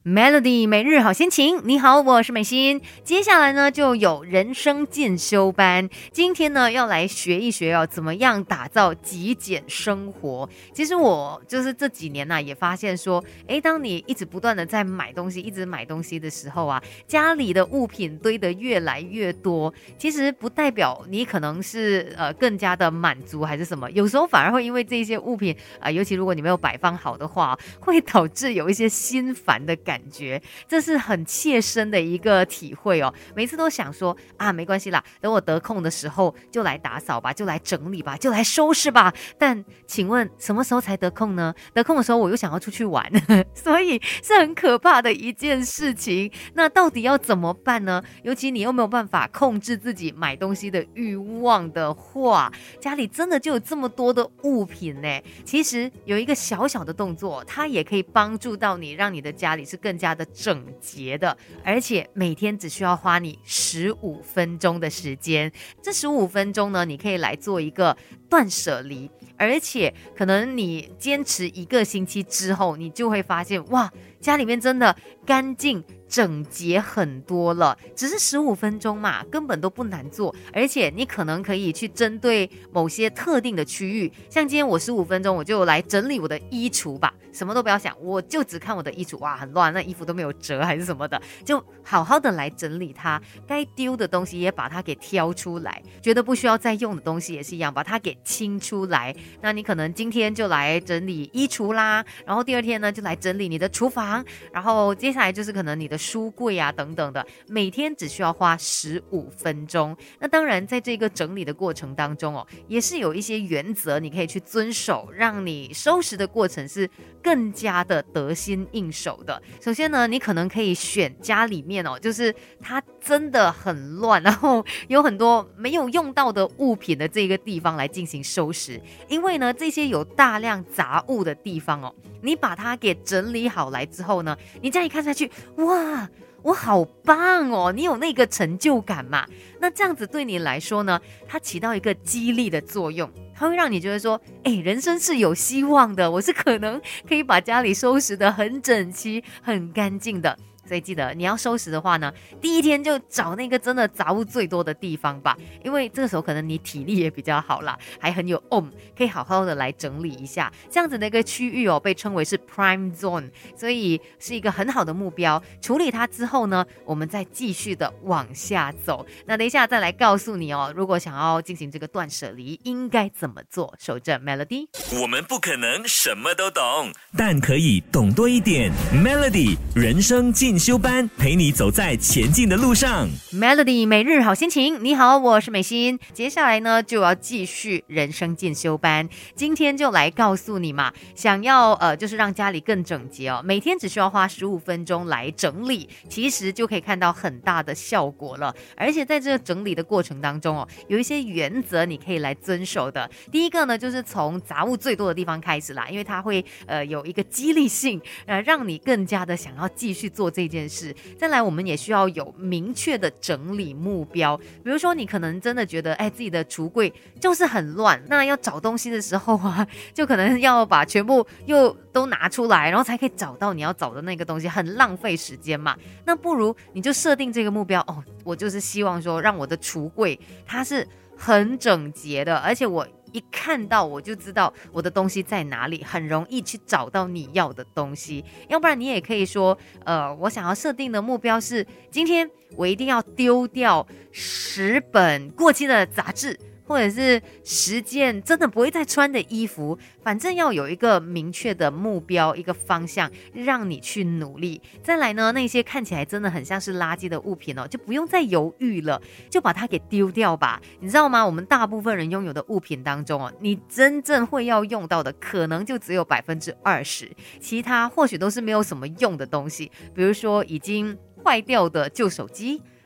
Melody 每日好心情，你好，我是美心。接下来呢，就有人生进修班。今天呢，要来学一学怎么样打造极简生活。其实我就是这几年也发现说，当你一直不断的在买东西，一直买东西的时候家里的物品堆得越来越多，其实不代表你可能是更加的满足还是什么，有时候反而会因为这些物品尤其如果你没有摆放好的话，会导致有一些心烦的感觉，这是很切身的一个体会每次都想说没关系啦，等我得空的时候就来打扫吧，就来整理吧，就来收拾吧。但请问什么时候才得空呢？得空的时候我又想要出去玩所以是很可怕的一件事情。那到底要怎么办呢？尤其你又没有办法控制自己买东西的欲望的话，家里真的就有这么多的物品呢。其实有一个小小的动作，它也可以帮助到你，让你的家里是更加的整洁的，而且每天只需要花你15分钟的时间。这15分钟呢，你可以来做一个断舍离，而且可能你坚持1个星期之后，你就会发现哇，家里面真的干净整洁很多了。只是15分钟嘛，根本都不难做，而且你可能可以去针对某些特定的区域，像今天我15分钟我就来整理我的衣橱吧，什么都不要想，我就只看我的衣橱，哇很乱，那衣服都没有折还是什么的，就好好的来整理它，该丢的东西也把它给挑出来，觉得不需要再用的东西也是一样，把它给清出来。那你可能今天就来整理衣橱啦，然后第二天呢就来整理你的厨房，然后接下来就是可能你的书柜等等的，每天只需要花15分钟。那当然在这个整理的过程当中也是有一些原则你可以去遵守，让你收拾的过程是更加的得心应手的。首先呢，你可能可以选家里面就是它真的很乱，然后有很多没有用到的物品的这个地方来进行收拾。因为呢，这些有大量杂物的地方你把它给整理好来之后呢，你这样一看下去，哇，我好棒你有那个成就感嘛？那这样子对你来说呢，它起到一个激励的作用，它会让你觉得说，人生是有希望的，我是可能可以把家里收拾得很整齐很干净的。所以记得你要收拾的话呢，第一天就找那个真的杂物最多的地方吧，因为这个时候可能你体力也比较好啦，还很有可以好好的来整理一下。这样子的一个区域被称为是 Prime Zone， 所以是一个很好的目标。处理它之后呢，我们再继续的往下走。那等一下再来告诉你如果想要进行这个断舍离应该怎么做。守着 Melody， 我们不可能什么都懂，但可以懂多一点。Melody 人生进修班，陪你走在前进的路上。 Melody 每日好心情，你好，我是美心。接下来呢就要继续人生进修班，今天就来告诉你嘛，想要就是让家里更整洁每天只需要花15分钟来整理，其实就可以看到很大的效果了。而且在这个整理的过程当中有一些原则你可以来遵守的。第一个呢，就是从杂物最多的地方开始啦，因为它会有一个激励性让你更加的想要继续做这件事。再来，我们也需要有明确的整理目标，比如说你可能真的觉得自己的橱柜就是很乱，那要找东西的时候就可能要把全部又都拿出来，然后才可以找到你要找的那个东西，很浪费时间嘛。那不如你就设定这个目标我就是希望说让我的橱柜它是很整洁的，而且我一看到我就知道我的东西在哪里，很容易去找到你要的东西。要不然你也可以说我想要设定的目标是今天我一定要丢掉10本过期的杂志，或者是10件真的不会再穿的衣服，反正要有一个明确的目标，一个方向让你去努力。再来呢，那些看起来真的很像是垃圾的物品就不用再犹豫了，就把它给丢掉吧。你知道吗？我们大部分人拥有的物品当中你真正会要用到的可能就只有20%，其他或许都是没有什么用的东西，比如说已经坏掉的旧手机，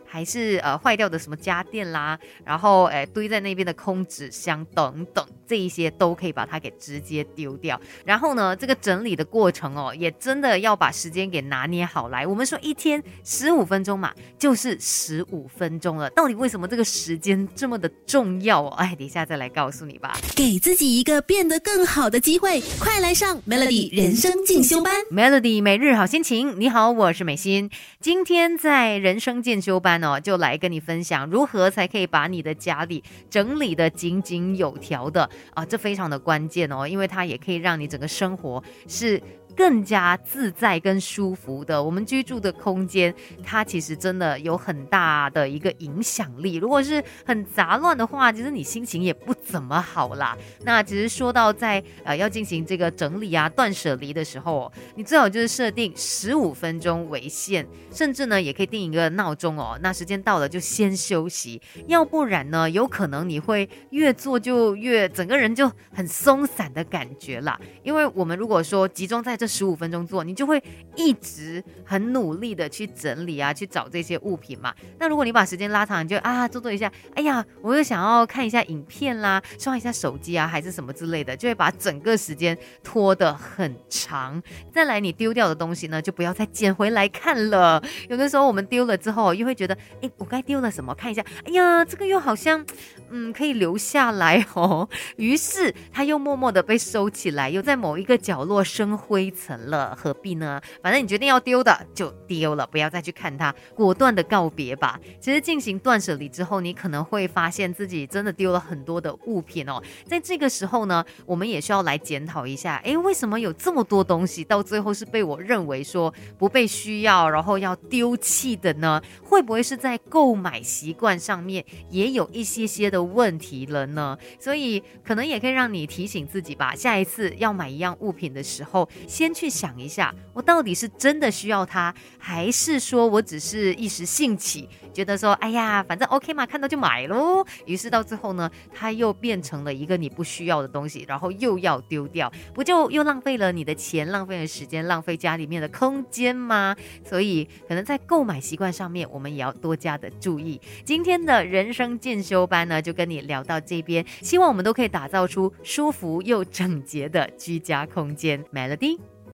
还是坏掉的什么家电啦，然后堆在那边的空纸箱等等，这一些都可以把它给直接丢掉。然后呢，这个整理的过程也真的要把时间给拿捏好来。我们说一天15分钟嘛，就是15分钟了。到底为什么这个时间这么的重要等一下再来告诉你吧。 给自己一个变得更好的机会，快来上 Melody 人生进修班。 Melody 每日好心情，你好，我是美心。今天在人生进修班就来跟你分享如何才可以把你的家里整理得井井有条的这非常的关键因为它也可以让你整个生活是更加自在跟舒服的。我们居住的空间它其实真的有很大的一个影响力，如果是很杂乱的话，其实你心情也不怎么好啦。那其实说到在要进行这个整理断舍离的时候你最好就是设定15分钟为限，甚至呢也可以定一个闹钟那时间到了就先休息，要不然呢有可能你会越做就越整个人就很松散的感觉啦。因为我们如果说集中在这15分钟做，你就会一直很努力的去整理去找这些物品嘛。那如果你把时间拉长，你就做一下，哎呀，我又想要看一下影片啦，刷一下手机还是什么之类的，就会把整个时间拖得很长。再来你丢掉的东西呢，就不要再捡回来看了。有的时候我们丢了之后又会觉得我该丢了什么，看一下，哎呀，这个又好像可以留下来于是它又默默的被收起来，又在某一个角落生灰尘了，何必呢？反正你决定要丢的就丢了，不要再去看它，果断的告别吧。其实进行断舍离之后，你可能会发现自己真的丢了很多的物品在这个时候呢，我们也需要来检讨一下，为什么有这么多东西到最后是被我认为说不被需要，然后要丢弃的呢？会不会是在购买习惯上面也有一些的问题了呢？所以可能也可以让你提醒自己吧，下一次要买一样物品的时候，先去想一下，我到底是真的需要它，还是说我只是一时兴起，觉得说哎呀反正 OK 嘛，看到就买咯，于是到最后呢，它又变成了一个你不需要的东西，然后又要丢掉，不就又浪费了你的钱，浪费了时间，浪费家里面的空间吗？所以可能在购买习惯上面我们也要多加的注意。今天的人生进修班呢，就跟你聊到这边，希望我们都可以打造出舒服又整洁的居家空间。Melody。